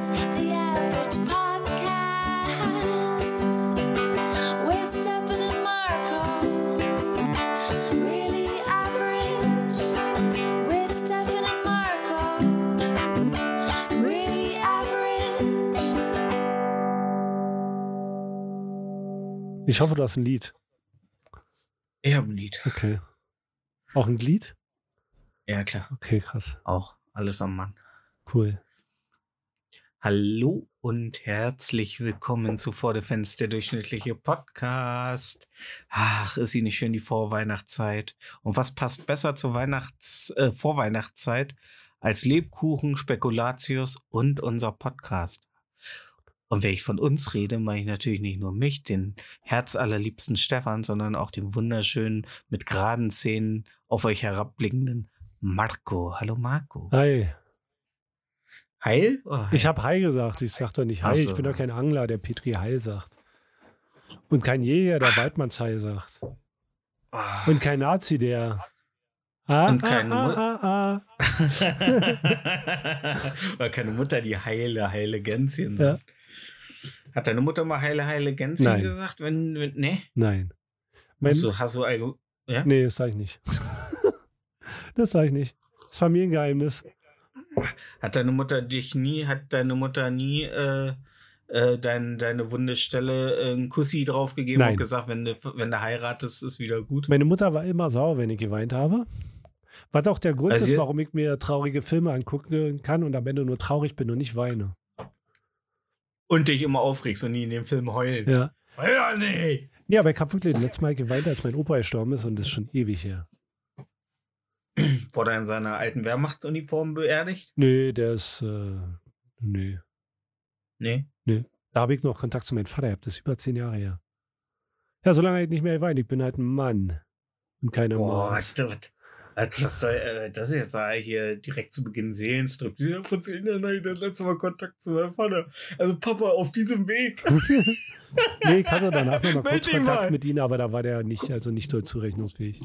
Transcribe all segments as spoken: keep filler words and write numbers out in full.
is the average podcast with Stefan and Marco. Really average with Stefan and Marco. Really average. Ich hoffe, du hast ein Lied. Ich habe ein Lied. Okay. Auch ein Lied? Ja, klar. Okay, krass. Auch. Alles am Mann. Cool. Hallo und herzlich willkommen zu Vor der Fans, der durchschnittliche Podcast. Ach, ist sie nicht schön, die Vorweihnachtszeit. Und was passt besser zur Weihnachts-, äh, Vorweihnachtszeit als Lebkuchen, Spekulatius und unser Podcast? Und wenn ich von uns rede, meine ich natürlich nicht nur mich, den herzallerliebsten Stefan, sondern auch den wunderschönen, mit geraden Zähnen auf euch herabblickenden Marco. Hallo Marco. Hi. Heil? Oh, Heil? Ich habe Hi gesagt. Ich sag doch nicht Hi. Ach so. Ich bin doch kein Angler, der Petri Hi sagt. Und kein Jäger, der Weidmanns Hi sagt. Ah. Und kein Nazi, der Ah, Und kein ah, Mu- ah, ah, ah. Oder keine Mutter, die heile, heile Gänschen sagt. Ja. Hat deine Mutter mal heile, heile Gänschen Nein. gesagt? Wenn, wenn, nee? Nein. Mein, Hast du, hast du ein, ja? Nee, das sag ich nicht. Das sag ich nicht. Das ist Familiengeheimnis. Hat deine Mutter dich nie, hat deine Mutter nie äh, äh, dein, deine wunde Stelle äh, einen Kussi draufgegeben Nein. und gesagt, wenn du, wenn du heiratest, ist wieder gut? Meine Mutter war immer sauer, wenn ich geweint habe. Was auch der Grund Also ist, ihr- warum ich mir traurige Filme angucken kann und am Ende nur traurig bin und nicht weine. Und dich immer aufregst und nie in dem Film heulen. Ja. Ja, nee. Ja, aber ich habe wirklich das letzte Mal geweint, als mein Opa gestorben ist und das ist schon ewig her. Wurde er in seiner alten Wehrmachtsuniform beerdigt? Nee, der ist, äh, nee. Nee. Da habe ich noch Kontakt zu meinem Vater gehabt, das ist über zehn Jahre her. Ja, solange ich nicht mehr weine, ich bin halt ein Mann und keine Boah, Maus. das, das, soll, äh, das ist jetzt äh, hier direkt zu Beginn Seelenstrip. Ja, vor zehn Jahren hatte ich das letzte Mal Kontakt zu meinem Vater. Also Papa, auf diesem Weg. Nee, ich hatte danach noch mal Meld kurz dich Kontakt mal. mit ihm, aber da war der nicht, also nicht doll zurechnungsfähig.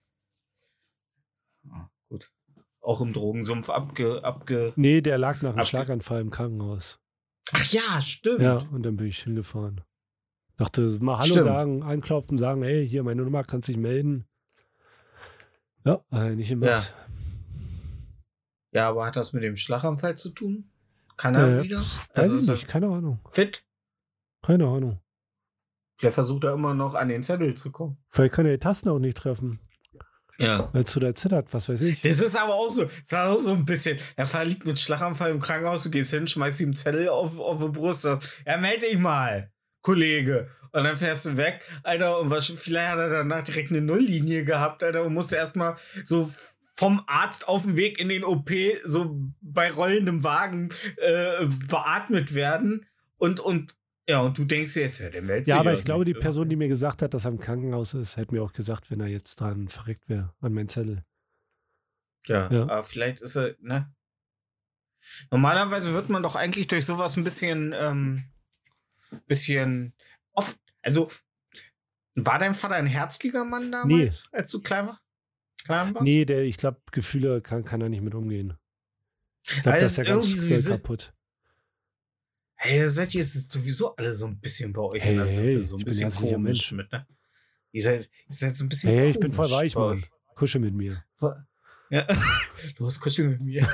Ah, gut. Auch im Drogensumpf abge... abge Nee, der lag nach einem Abge- Schlaganfall im Krankenhaus. Ach ja, stimmt. Ja, und dann bin ich hingefahren. Dachte, mal Hallo Stimmt. sagen, anklopfen, sagen, hey, hier, meine Nummer, kannst dich melden. Ja, äh, nicht gemacht. Ja, aber hat das mit dem Schlaganfall zu tun? Kann er Äh, wieder? Weiß Also ich ist er nicht, keine Ahnung. fit? Keine Ahnung. Der versucht da immer noch an den Zettel zu kommen. Vielleicht kann er die Tasten auch nicht treffen, Ja. weil zu der zittert, was weiß ich. Das ist aber auch so, das ist auch so ein bisschen. Der Fall liegt mit Schlaganfall im Krankenhaus, du gehst hin, schmeißt ihm einen Zettel auf, auf die Brust, sagst, ja, melde dich mal, Kollege. Und dann fährst du weg, Alter, und was, vielleicht hat er danach direkt eine Nulllinie gehabt, Alter, und musste erstmal so vom Arzt auf dem Weg in den O P, so bei rollendem Wagen äh, beatmet werden. Und, und, ja, und du denkst dir jetzt, ja, der meldet sich Ja, aber ja ich glaube, die nicht. Person, die mir gesagt hat, dass er im Krankenhaus ist, hätte mir auch gesagt, wenn er jetzt dran verreckt wäre, an meinen Zettel. Ja, Ja. aber vielleicht ist er, ne? Normalerweise wird man doch eigentlich durch sowas ein bisschen, ähm, bisschen oft, also, war dein Vater ein herzlicher Mann damals, als du klein, war, klein warst? Nee, der, ich glaube, Gefühle kann, kann er nicht mit umgehen. Ich glaube, Aber das es ist ja ist ganz irgendwie schnell sowieso- kaputt. Hey, seid ihr sowieso alle so ein bisschen bei euch Hey, in der Suppe, hey, so ein ich bin bisschen herzlicher komisch Mensch. mit, ne? Ihr seid, ihr seid so ein bisschen Hey, komisch ich bin voll weich, bei Mann. euch. Kuschel mit mir. Voll- Ja, du hast Kuschel mit mir.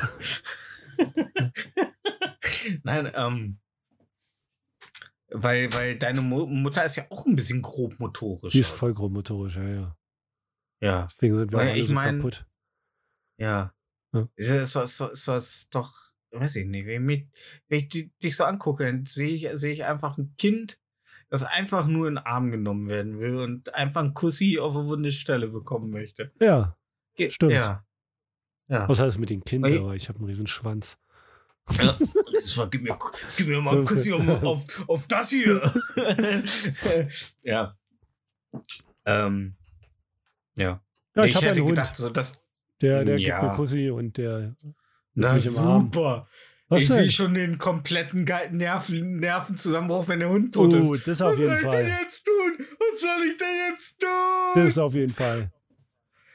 Nein, ähm, weil, weil deine Mu Mutter ist ja auch ein bisschen grob motorisch. Die ist voll grob motorisch, ja, ja. Ja, Deswegen sind wir Weil auch alle ich so mein- kaputt. ja. Ja. Ist das, ist das, ist das doch, weiß ich nicht, wenn ich, mich- wenn ich die- dich so angucke, dann sehe ich, sehe ich einfach ein Kind, das einfach nur in den Arm genommen werden will und einfach ein Kussi auf eine wunde Stelle bekommen möchte. Ja, Ge Stimmt. Ja. Ja. außer das mit den Kindern, Weil- aber ich habe einen riesen Schwanz. Ja. So, gib, mir, gib mir mal einen Kussi auf, auf, auf das hier. Ja. Ähm. Ja. Ja, ich ich habe hätte einen Hund, gedacht, so das. der, der Ja. gibt mir Kussi und der Na mich im Arm. super. Was ich denn? sehe schon den kompletten Ge- Nerven, Nervenzusammenbruch, wenn der Hund tot Oh, ist. das auf Was jeden soll ich Fall. denn jetzt tun? Was soll ich denn jetzt tun? Das ist auf jeden Fall.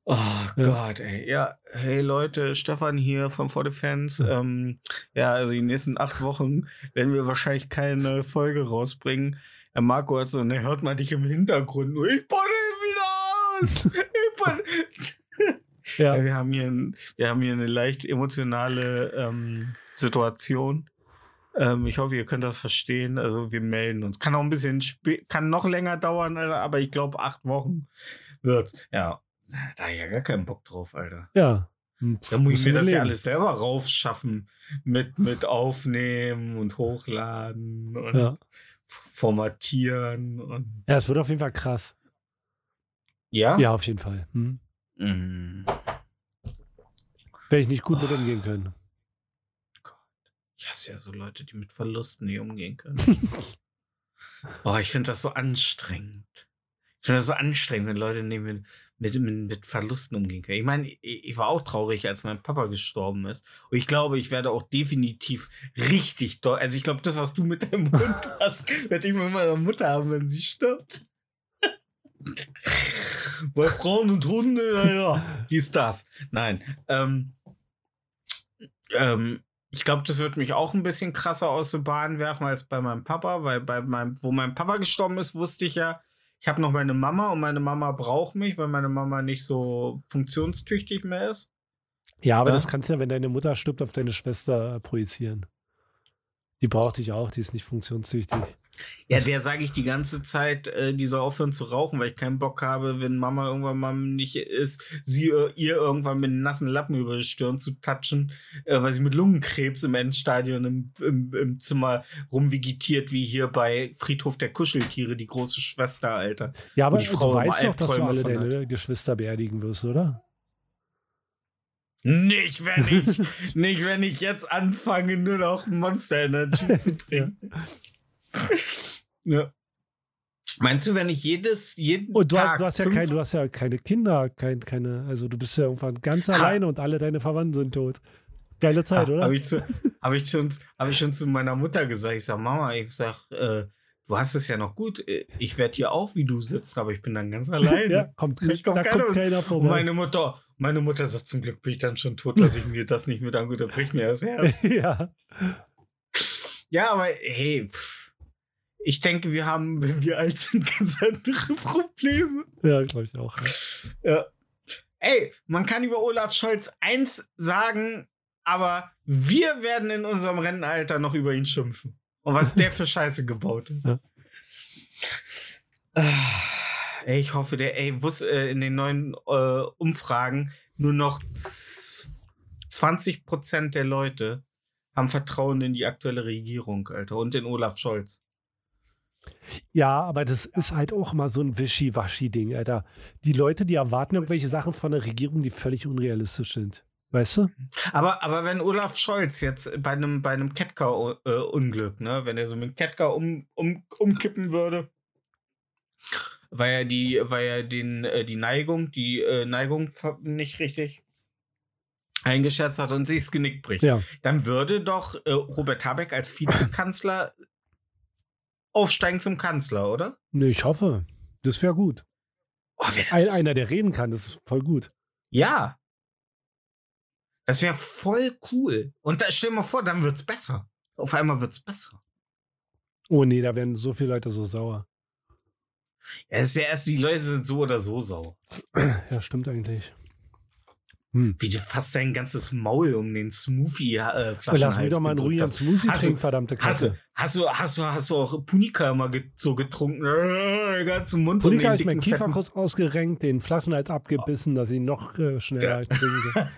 Oh Ja. Gott, ey. Ja, hey Leute, Stefan hier von For the Fans. Ja. Ähm, ja, also die nächsten acht Wochen werden wir wahrscheinlich keine Folge rausbringen. Der Marco hat so, ne, hört man dich im Hintergrund nur, ich bonne wieder aus! Ich bonne. Ja. Ja, wir haben hier, ein, wir haben hier eine leicht emotionale ähm, Situation. Ähm, ich hoffe, ihr könnt das verstehen. Also wir melden uns. Kann auch ein bisschen spä- kann noch länger dauern, Alter, aber ich glaube acht Wochen wird's. Ja, da hab ich ja gar keinen Bock drauf, Alter. Ja. Hm, Da muss ich musst mir du das ja leben. alles selber raufschaffen. Mit, mit aufnehmen und hochladen und Ja. formatieren und. Ja, es wird auf jeden Fall krass. Ja? Ja, auf jeden Fall. Hm. Mhm. Werde ich nicht gut mit Oh. umgehen können. Ich hasse ja so Leute, die mit Verlusten nicht umgehen können. Oh, ich finde das so anstrengend. Ich finde das so anstrengend, wenn Leute nicht mit, mit, mit, mit Verlusten umgehen können. Ich meine, ich, ich war auch traurig, als mein Papa gestorben ist. Und ich glaube, ich werde auch definitiv richtig doll. Also ich glaube, das, was du mit deinem Hund hast, werde ich mit meiner Mutter haben, wenn sie stirbt. Bei Frauen und Hunde, naja, dies, das. Nein. Ähm, ähm, ich glaube, das wird mich auch ein bisschen krasser aus der Bahn werfen als bei meinem Papa, weil bei meinem, wo mein Papa gestorben ist, wusste ich ja, ich habe noch meine Mama und meine Mama braucht mich, weil meine Mama nicht so funktionstüchtig mehr ist. Ja, aber Ja? das kannst du ja, wenn deine Mutter stirbt, auf deine Schwester projizieren. Die braucht dich auch, die ist nicht funktionstüchtig. Ja, der sage ich die ganze Zeit, äh, die soll aufhören zu rauchen, weil ich keinen Bock habe, wenn Mama irgendwann mal nicht ist, sie äh, ihr irgendwann mit einem nassen Lappen über die Stirn zu touchen, äh, weil sie mit Lungenkrebs im Endstadion im, im, im Zimmer rumvegetiert, wie hier bei Friedhof der Kuscheltiere, die große Schwester, Alter. Ja, aber die du Frau immer weißt doch, dass du Albträume alle von deine Geschwister beerdigen wirst, oder? Nicht, wenn ich, nicht, wenn ich jetzt anfange, nur noch Monster Energy zu trinken. Ja. Meinst du, wenn ich jedes, jeden Und du, Tag du, hast ja fünf- kein, du hast ja keine Kinder, kein, keine, also du bist ja irgendwann ganz Ha. alleine und alle deine Verwandten sind tot. Geile Zeit, oder? Habe ich, zu- hab ich, schon- hab ich schon zu meiner Mutter gesagt. Ich sag, Mama, ich sag, äh, du hast es ja noch gut. Ich werde hier auch wie du sitzen, aber ich bin dann ganz alleine. Ja, kommt, Mich kommt da keiner kommt mit. keiner Und vorbei. meine Mutter, meine Mutter sagt, zum Glück bin ich dann schon tot, dass ich mir das nicht mit angucke. Da bricht mir das Herz. Ja. Ja, aber hey, pff, ich denke, wir haben, wenn wir alt sind, ganz andere Probleme. Ja, glaube ich auch. Ja. Ja. Ey, man kann über Olaf Scholz eins sagen, aber wir werden in unserem Rentenalter noch über ihn schimpfen. Und was der für Scheiße gebaut hat. Ja. Ah, ey, ich hoffe, der, ey, wus, äh, in den neuen äh, Umfragen nur noch z- zwanzig Prozent der Leute haben Vertrauen in die aktuelle Regierung, Alter, und in Olaf Scholz. Ja, aber das ist halt auch immer so ein Wischiwaschi-Ding, Alter. Die Leute, die erwarten irgendwelche Sachen von der Regierung, die völlig unrealistisch sind. Weißt du? Aber, aber wenn Olaf Scholz jetzt bei einem, bei einem Kettcar-Unglück, ne, wenn er so mit Kettcar um, um, umkippen würde, weil er die, weil er den, äh, die Neigung, die äh, Neigung ver- nicht richtig eingeschätzt hat und sich das Genick bricht, Ja. dann würde doch äh, Robert Habeck als Vizekanzler aufsteigen zum Kanzler, oder? Nee, ich hoffe. Das wäre gut. Oh, wär das, Ein, einer, der reden kann, das ist voll gut. ja. Das wäre voll cool. Und da, stell dir mal vor, dann wird's besser. Auf einmal wird's besser. Oh nee, da werden so viele Leute so sauer. Ja, es ist ja erst, die Leute sind so oder so sauer. Ja, stimmt eigentlich. Hm. Wie du fast dein ganzes Maul um den Smoothie-Flaschenhals Oh, lass mich doch mal einen ruhigen Smoothie Hast du- trinken, verdammte Hast du, Katze. hast, du, hast, du, hast du auch Punika immer ge so getrunken? Äh, den ganzen Mund um Punika den habe ich meinen dicken, Kiefer fetten- kurz ausgerenkt, den Flaschenhals abgebissen, dass ich noch äh, schneller Ja. trinke.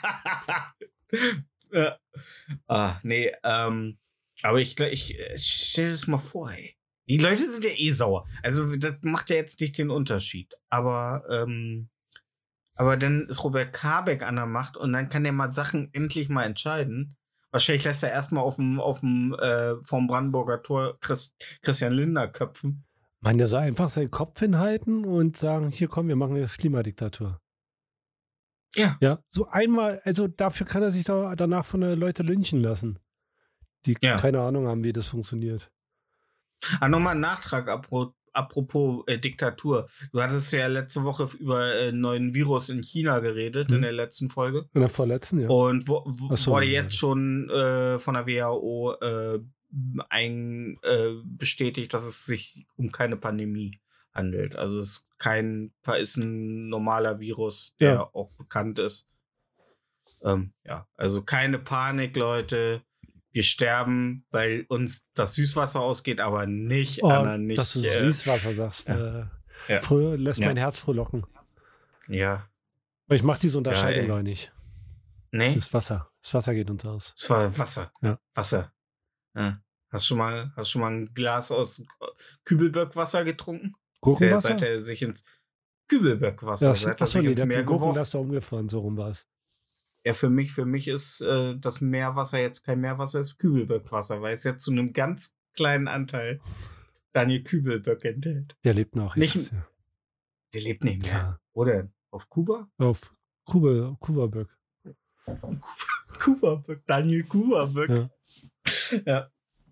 ja. Ah, nee, ähm, aber ich, ich, ich stell das mal vor, ey. Die Leute sind ja eh sauer. Also, das macht ja jetzt nicht den Unterschied. Aber, ähm, aber dann ist Robert Habeck an der Macht und dann kann der mal Sachen endlich mal entscheiden. Wahrscheinlich lässt er erstmal auf dem, auf dem, äh, vom Brandenburger Tor Christ, Christian Lindner köpfen. Man, der soll einfach seinen Kopf hinhalten und sagen, hier komm, wir machen jetzt Klimadiktatur. Ja. Ja, so einmal, also dafür kann er sich da danach von den Leuten lynchen lassen, die Ja. keine Ahnung haben, wie das funktioniert. Ah, nochmal ein Nachtrag apro- apropos äh, Diktatur. Du hattest ja letzte Woche über äh, einen neuen Virus in China geredet, Hm. in der letzten Folge. In der vorletzten, ja. Und wo, wo, Ach so, wurde ja. jetzt schon äh, von der W H O äh, ein, äh, bestätigt, dass es sich um keine Pandemie handelt. Also es ist kein, ist ein normaler Virus, der Ja. auch bekannt ist. Ähm, ja, also keine Panik, Leute. Wir sterben, weil uns das Süßwasser ausgeht, aber nicht, Oh, Anna, nicht. dass du äh, Süßwasser sagst. ja. Äh, Ja. früh, lässt Ja. mein Herz frohlocken. Ja. Weil ich mache diese Unterscheidung ey. gar nicht. Nee, Das Wasser. Das Wasser geht uns aus. es war Wasser. Ja. Wasser. Ja. Hast du schon mal, hast du schon mal ein Glas aus Kübelböck-Wasser getrunken? Seit, Gurkenwasser? seit er sich ins Kübelböck-Wasser, Ja, seit er achso, sich nee, ins der hat Meer die geworfen. Gurkenlaster umgefahren, so rum war es. Ja, für mich, für mich ist äh, das Meerwasser jetzt kein Meerwasser, es ist Kübelböck-Wasser, weil es jetzt zu einem ganz kleinen Anteil Daniel Kübelböck enthält. Der lebt noch. ich Nicht- sag's dir. Der lebt nicht mehr. Ja. Wo denn? Auf Kuba? Auf Kuba, Kuba-Böck. Kuba-Böck, Daniel Kuba-Böck. Ja. Ja.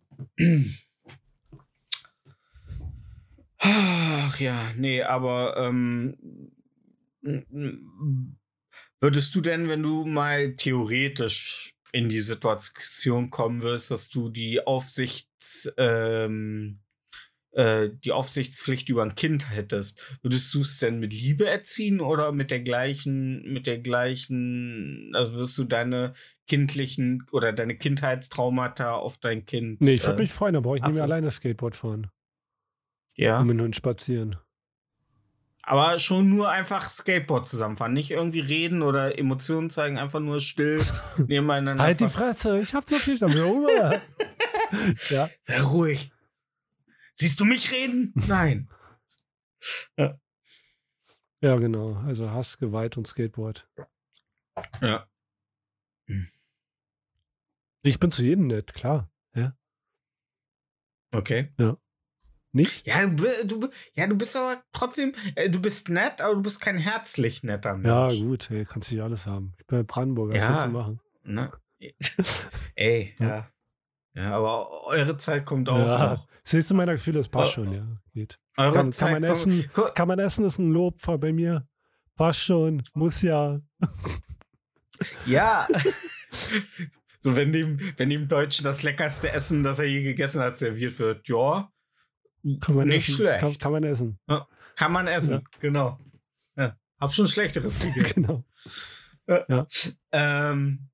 Ach ja, nee, aber ähm, würdest du denn, wenn du mal theoretisch in die Situation kommen wirst, dass du die Aufsichts, ähm, äh, die Aufsichtspflicht über ein Kind hättest, würdest du es denn mit Liebe erziehen oder mit der gleichen, mit der gleichen, also wirst du deine kindlichen oder deine Kindheitstraumata auf dein Kind? Nee, ich würde äh, mich freuen, da brauche ich nicht mehr abwürgen. alleine Skateboard fahren. Ja. Und mit dem Hund spazieren. Aber schon nur einfach Skateboard zusammenfahren, nicht irgendwie reden oder Emotionen zeigen, einfach nur still nebeneinander. Halt die fahren. Fresse, ich hab so viel damit. Ruhe. Ja, Sei ruhig. Siehst du mich reden? Nein. ja, genau. Also Hass, Gewalt und Skateboard. Ja. Ich bin zu jedem nett, klar. Okay. Nicht? Ja, du, bi- du, bi- ja, du bist aber trotzdem, äh, du bist nett, aber du bist kein herzlich netter Ja, Mensch. gut, ey, kannst du ja alles haben. Ich bin Brandenburger, was Ja. willst du machen? Ne? Ey, ja. Ja, aber eure Zeit kommt auch Ja, noch. siehst du, meine Gefühle, das passt Oh. schon, ja. Geht. Eure Kann, kann Zeit man kommt. essen, Gu- kann man essen, ist ein Lob bei mir. Passt schon, muss ja. Ja. So, wenn dem, wenn dem Deutschen das leckerste Essen, das er je gegessen hat, serviert wird, ja, Kann man nicht essen. schlecht. Kann, kann man essen. Kann man essen, genau. Ja. Hab schon Schlechteres gegessen. Genau. ähm,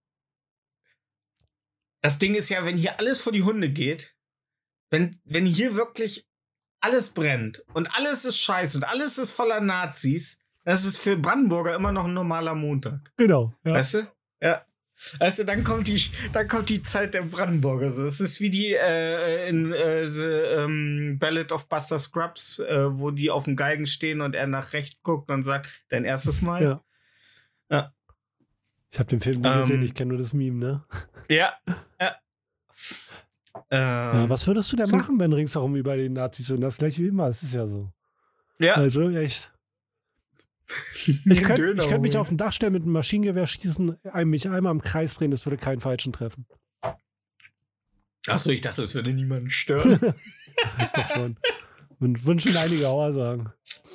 das Ding ist ja, wenn hier alles vor die Hunde geht, wenn, wenn hier wirklich alles brennt und alles ist scheiße und alles ist voller Nazis, das ist für Brandenburger immer noch ein normaler Montag. Genau. Ja. Weißt du? Ja. Weißt du, dann kommt die, dann kommt die Zeit der Brandenburger. So, es ist wie die äh, in äh, the, ähm, Ballad of Buster Scruggs, äh, wo die auf dem Geigen stehen und er nach rechts guckt und sagt, dein erstes Mal. Ja. Ja. Ich habe den Film nie Ähm, gesehen, ich kenne nur das Meme, ne? Ja. ja. Ja, Ähm, was würdest du denn so- machen, wenn ringsherum über die Nazis sind? Das gleiche wie immer, es ist ja so. ja. Also, echt. Ich könnte ich könnt mich auf ein Dach stellen, mit einem Maschinengewehr schießen, ein- mich einmal im Kreis drehen, das würde keinen Falschen treffen. Achso, ich dachte, es würde niemanden stören. Doch schon. Und wünschen einige Auer sagen.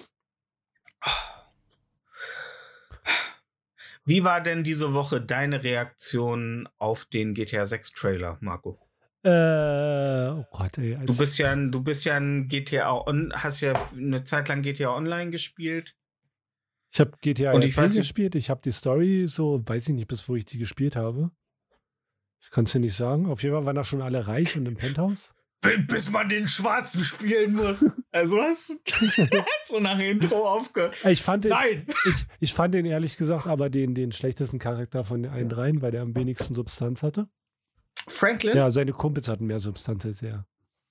Wie war denn diese Woche deine Reaktion auf den G T A sechs Trailer, Marco? Äh, oh Gott, ey. Als, Du bist ja ein, du bist ja ein G T A on, hast ja eine Zeit lang G T A Online gespielt. ich habe G T A Und R ich P weiß nicht- gespielt, ich habe die Story so, weiß ich nicht, bis wo ich die gespielt habe. Ich kann es dir nicht sagen. Auf jeden Fall waren da schon alle reich und im Penthouse. Bis man den Schwarzen spielen muss. Also hast du so nach Intro aufgehört. Ich fand den, Nein! ich, ich fand den ehrlich gesagt aber den, den schlechtesten Charakter von den allen dreien, weil der am wenigsten Substanz hatte. Franklin? Ja, seine Kumpels hatten mehr Substanz als er.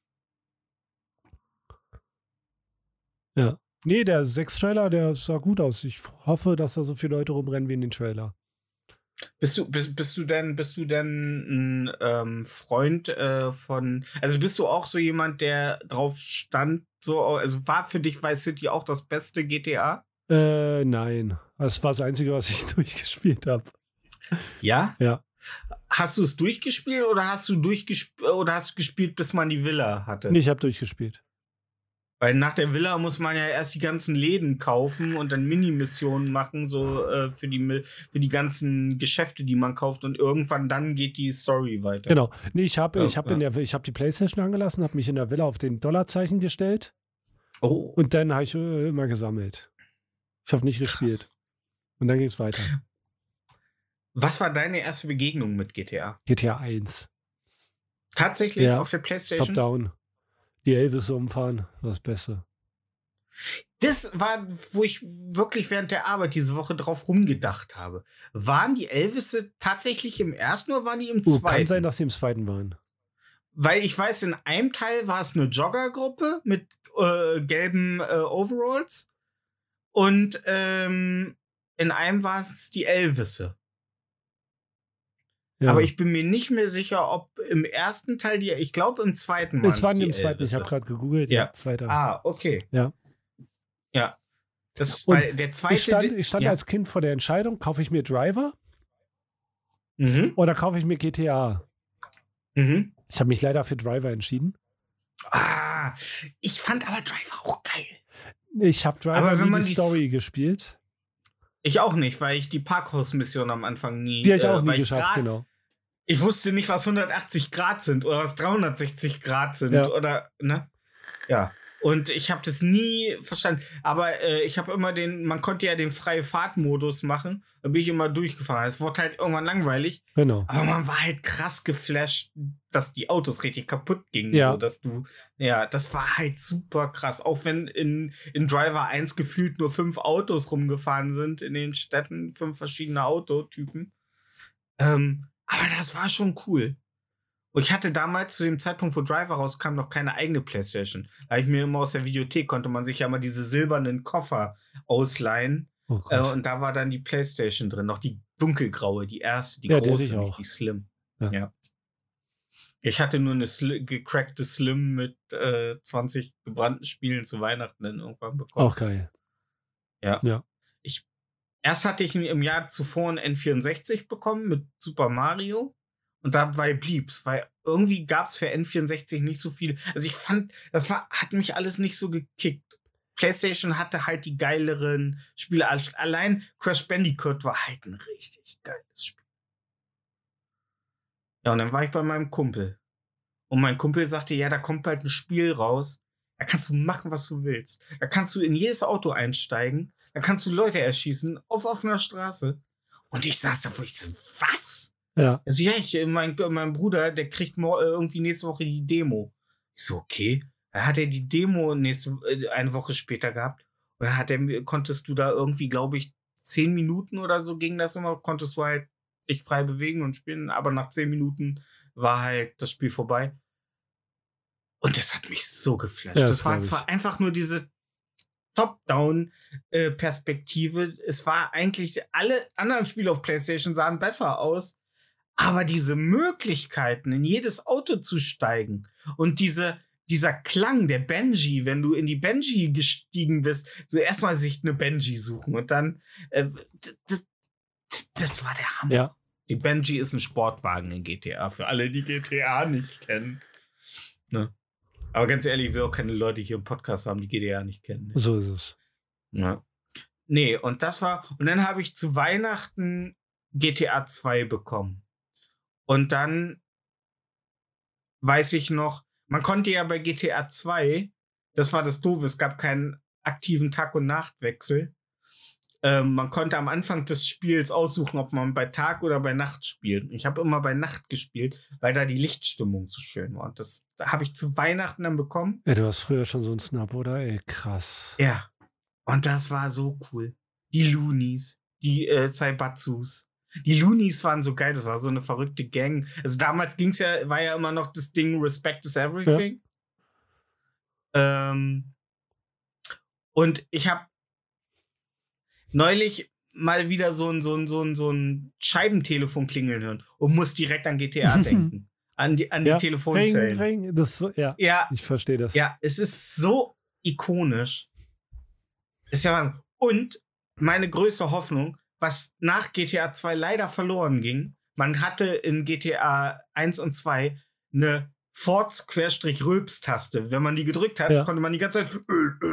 Ja. Nee, der Sechs-Trailer, der sah gut aus. Ich hoffe, dass da so viele Leute rumrennen wie in den Trailer. Bist du, bist, bist du denn, bist du denn ein ähm, Freund äh, von, also bist du auch so jemand, der drauf stand, so, also war für dich Vice City auch das beste G T A? Äh, nein. Das war das Einzige, was ich durchgespielt habe. Ja? Ja. Hast du es durchgespielt oder hast du durchgespielt oder hast du gespielt, bis man die Villa hatte? Nee, ich habe durchgespielt. Weil nach der Villa muss man ja erst die ganzen Läden kaufen und dann Mini-Missionen machen, so äh, für, die, Mi- für die ganzen Geschäfte, die man kauft. Und irgendwann dann geht die Story weiter. Genau. Nee, ich habe Ja, ich hab ja. in der ich hab die Playstation angelassen, habe mich in der Villa auf den Dollarzeichen gestellt Oh, und dann habe ich äh, immer gesammelt. Ich habe nicht gespielt. krass. Und dann ging es weiter. Was war deine erste Begegnung mit G T A? G T A eins. Tatsächlich Ja, auf der PlayStation? Top-Down. Die Elvis umfahren, war das Beste. Das war, wo ich wirklich während der Arbeit diese Woche drauf rumgedacht habe. Waren die Elvisse tatsächlich im ersten oder waren die im Uh, zweiten? kann sein, dass sie im zweiten waren. Weil ich weiß, in einem Teil war es eine Joggergruppe mit äh, gelben äh, Overalls und ähm, in einem war es die Elvisse. Ja. Aber ich bin mir nicht mehr sicher, ob im ersten Teil die, ich glaube im zweiten waren es waren die im zweiten, ich Elvisse. habe gerade gegoogelt. Ja. Ja, zweiter. Ah, okay. Ja. Ja. Das, Und weil der zweite. Ich stand, ich stand ja. als Kind vor der Entscheidung, kaufe ich mir Driver Mhm. oder kaufe ich mir G T A? Mhm. Ich habe mich leider für Driver entschieden. Ah, ich fand aber Driver auch geil. Ich habe Driver Aber wenn nie man die die Story gespielt. Ich auch nicht, weil ich die Parkhaus-Mission am Anfang nie. Die habe ich äh, auch nie weil ich geschafft, grad- genau. Ich wusste nicht, was hundertachtzig Grad sind oder was dreihundertsechzig Grad sind Ja. oder, ne? Ja. Und ich habe das nie verstanden. Aber äh, ich habe immer den, man konnte ja den freie Fahrtmodus machen. Da bin ich immer durchgefahren. Es wurde halt irgendwann langweilig. Genau. Aber man war halt krass geflasht, dass die Autos richtig kaputt gingen. Ja. So, dass du, ja, das war halt super krass. Auch wenn in, in Driver eins gefühlt nur fünf Autos rumgefahren sind in den Städten, fünf verschiedene Autotypen. Ähm, aber das war schon cool. Und ich hatte damals zu dem Zeitpunkt, wo Driver rauskam, noch keine eigene PlayStation. Da habe ich mir immer aus der Videothek, konnte man sich ja mal diese silbernen Koffer ausleihen. Oh Äh, Gott. und da war dann die PlayStation drin, noch die dunkelgraue, die erste, die Ja, die hatte große, ich nicht auch. die Slim. Ja. Ja. Ich hatte nur eine Sli- gecrackte Slim mit äh, zwanzig gebrannten Spielen zu Weihnachten dann irgendwann bekommen. Auch geil. Ja. Ja. Ich, erst hatte ich im Jahr zuvor ein N vierundsechzig bekommen mit Super Mario. Und dabei blieb's, weil irgendwie gab es für N vierundsechzig nicht so viel. Also ich fand, das war, hat mich alles nicht so gekickt. PlayStation hatte halt die geileren Spiele. Allein Crash Bandicoot war halt ein richtig geiles Spiel. Ja, und dann war ich bei meinem Kumpel. Und mein Kumpel sagte, ja, da kommt bald ein Spiel raus. Da kannst du machen, was du willst. Da kannst du in jedes Auto einsteigen. Da kannst du Leute erschießen auf offener Straße. Und ich saß da, wo ich so, was? Ja. Also ja, ich, mein, mein Bruder, der kriegt mor- äh, irgendwie nächste Woche die Demo. Ich so, okay. Dann hat er die Demo nächste, äh, eine Woche später gehabt. Und dann hat er, konntest du da irgendwie, glaube ich, zehn Minuten oder so ging das immer, konntest du halt dich frei bewegen und spielen, aber nach zehn Minuten war halt das Spiel vorbei. Und das hat mich so geflasht. Ja, das das war glaub ich. zwar einfach nur diese Top-Down-Perspektive. Es war eigentlich, alle anderen Spiele auf PlayStation sahen besser aus. Aber diese Möglichkeiten, in jedes Auto zu steigen und diese, dieser Klang der Benji, wenn du in die Benji gestiegen bist, so erstmal sich eine Benji suchen und dann, äh, d- d- das war der Hammer. Ja. Die Benji ist ein Sportwagen in G T A, für alle, die G T A nicht kennen. Ne? Aber ganz ehrlich, ich will auch keine Leute hier im Podcast haben, die G T A nicht kennen. Ne? So ist es. Ja. Nee, und das war, und dann habe ich zu Weihnachten G T A zwei bekommen. Und dann weiß ich noch, man konnte ja bei G T A zwei, das war das Doofe, es gab keinen aktiven Tag- und Nachtwechsel. Ähm, man konnte am Anfang des Spiels aussuchen, ob man bei Tag oder bei Nacht spielt. Ich habe immer bei Nacht gespielt, weil da die Lichtstimmung so schön war. Und das habe ich zu Weihnachten dann bekommen. Ey, du hast früher schon so einen Snap, oder? Ey, krass. Ja. Und das war so cool. Die Loonies, die äh, Zaibatsus. Die Loonies waren so geil, das war so eine verrückte Gang. Also damals ging's ja, war ja immer noch das Ding Respect is everything. Ja. Ähm, und ich habe neulich mal wieder so ein, so ein, so ein, so ein Scheibentelefon klingeln hören und muss direkt an G T A denken. An die, an die Ja. Telefonzellen. Ring, ring, das so, ja, Ja, ich verstehe das. ja, es ist so ikonisch. Ist ja, und meine größte Hoffnung, was nach G T A zwei leider verloren ging, man hatte in G T A eins und zwei eine Forts-Rülps-Taste. Wenn man die gedrückt hat, Ja. konnte man die ganze Zeit.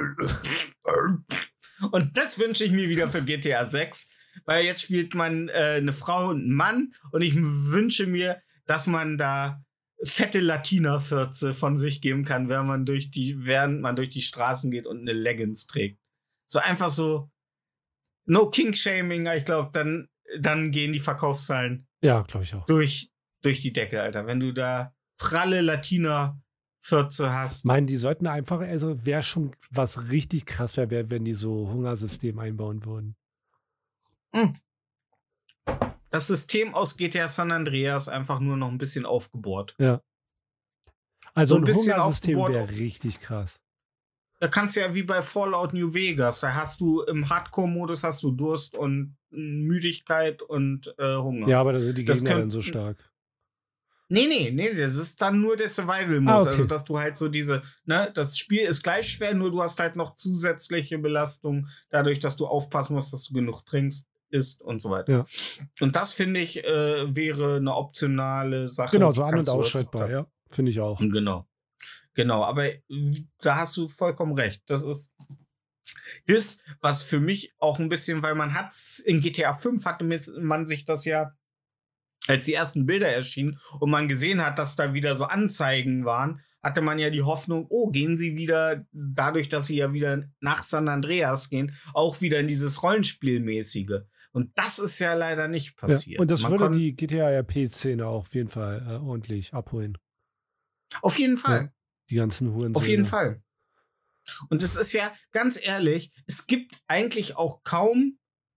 Und das wünsche ich mir wieder für G T A sechs, weil jetzt spielt man äh, eine Frau und einen Mann und ich wünsche mir, dass man da fette Latina-Fürze von sich geben kann, während man durch die, während man durch die Straßen geht und eine Leggings trägt. So einfach so no King-Shaming, ich glaube, dann, dann gehen die Verkaufszahlen Ja, glaube ich auch. durch, durch die Decke, Alter. Wenn du da pralle Latina-Fürze hast. Meinen, die sollten einfach, also wäre schon was richtig krass wäre, wär, wenn die so Hungersystem einbauen würden. Mm. Das System aus G T A San Andreas einfach nur noch ein bisschen aufgebohrt. Ja. Also So ein ein bisschen Hungersystem aufgebohrt. wäre richtig krass. Da kannst du ja wie bei Fallout New Vegas, da hast du im Hardcore-Modus hast du Durst und äh, Müdigkeit und äh, Hunger. Ja, aber da sind die Das Gegner könnt- dann so stark. Nee, nee, nee, das ist dann nur der Survival-Modus. Ah, okay. Also, dass du halt so diese, ne, das Spiel ist gleich schwer, nur du hast halt noch zusätzliche Belastung, dadurch, dass du aufpassen musst, dass du genug trinkst, isst und so weiter. Ja. Und das, finde ich, äh, wäre eine optionale Sache. Genau, die so an- und kannst du ausschaltbar, heutzutage- ja. Finde ich auch. Genau. Genau, aber äh, da hast du vollkommen recht. Das ist das, was für mich auch ein bisschen, weil man hat's in G T A fünf hatte man sich das ja, als die ersten Bilder erschienen und man gesehen hat, dass da wieder so Anzeigen waren, hatte man ja die Hoffnung, oh, gehen sie wieder, dadurch, dass sie ja wieder nach San Andreas gehen, auch wieder in dieses Rollenspielmäßige. Und das ist ja leider nicht passiert. Ja. Und das Man würde kon- die G T A R P-Szene auch auf jeden Fall äh, ordentlich abholen. Auf jeden Fall. Die ganzen Huren. Auf jeden Fall. Und es ist ja, ganz ehrlich, es gibt eigentlich auch kaum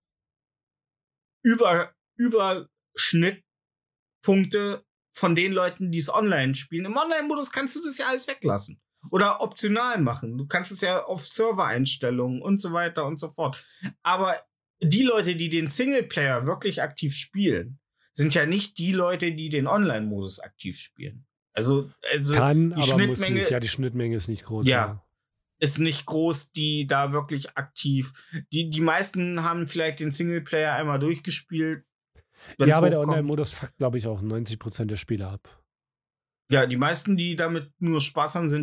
Über, Überschnittpunkte von den Leuten, die es online spielen. Im Online-Modus kannst du das ja alles weglassen. Oder optional machen. Du kannst es ja auf Servereinstellungen und so weiter und so fort. Aber die Leute, die den Singleplayer wirklich aktiv spielen, sind ja nicht die Leute, die den Online-Modus aktiv spielen. Also, also Kann, die aber muss Schnittmenge- nicht. Ja, die Schnittmenge ist nicht groß. Ja. ist nicht groß, die da wirklich aktiv. Die, die meisten haben vielleicht den Singleplayer einmal durchgespielt. wenn's Ja, aber der hochkommt. Online-Modus fuckt, glaube ich, auch neunzig Prozent der Spieler ab. Ja, die meisten, die damit nur Spaß haben, sind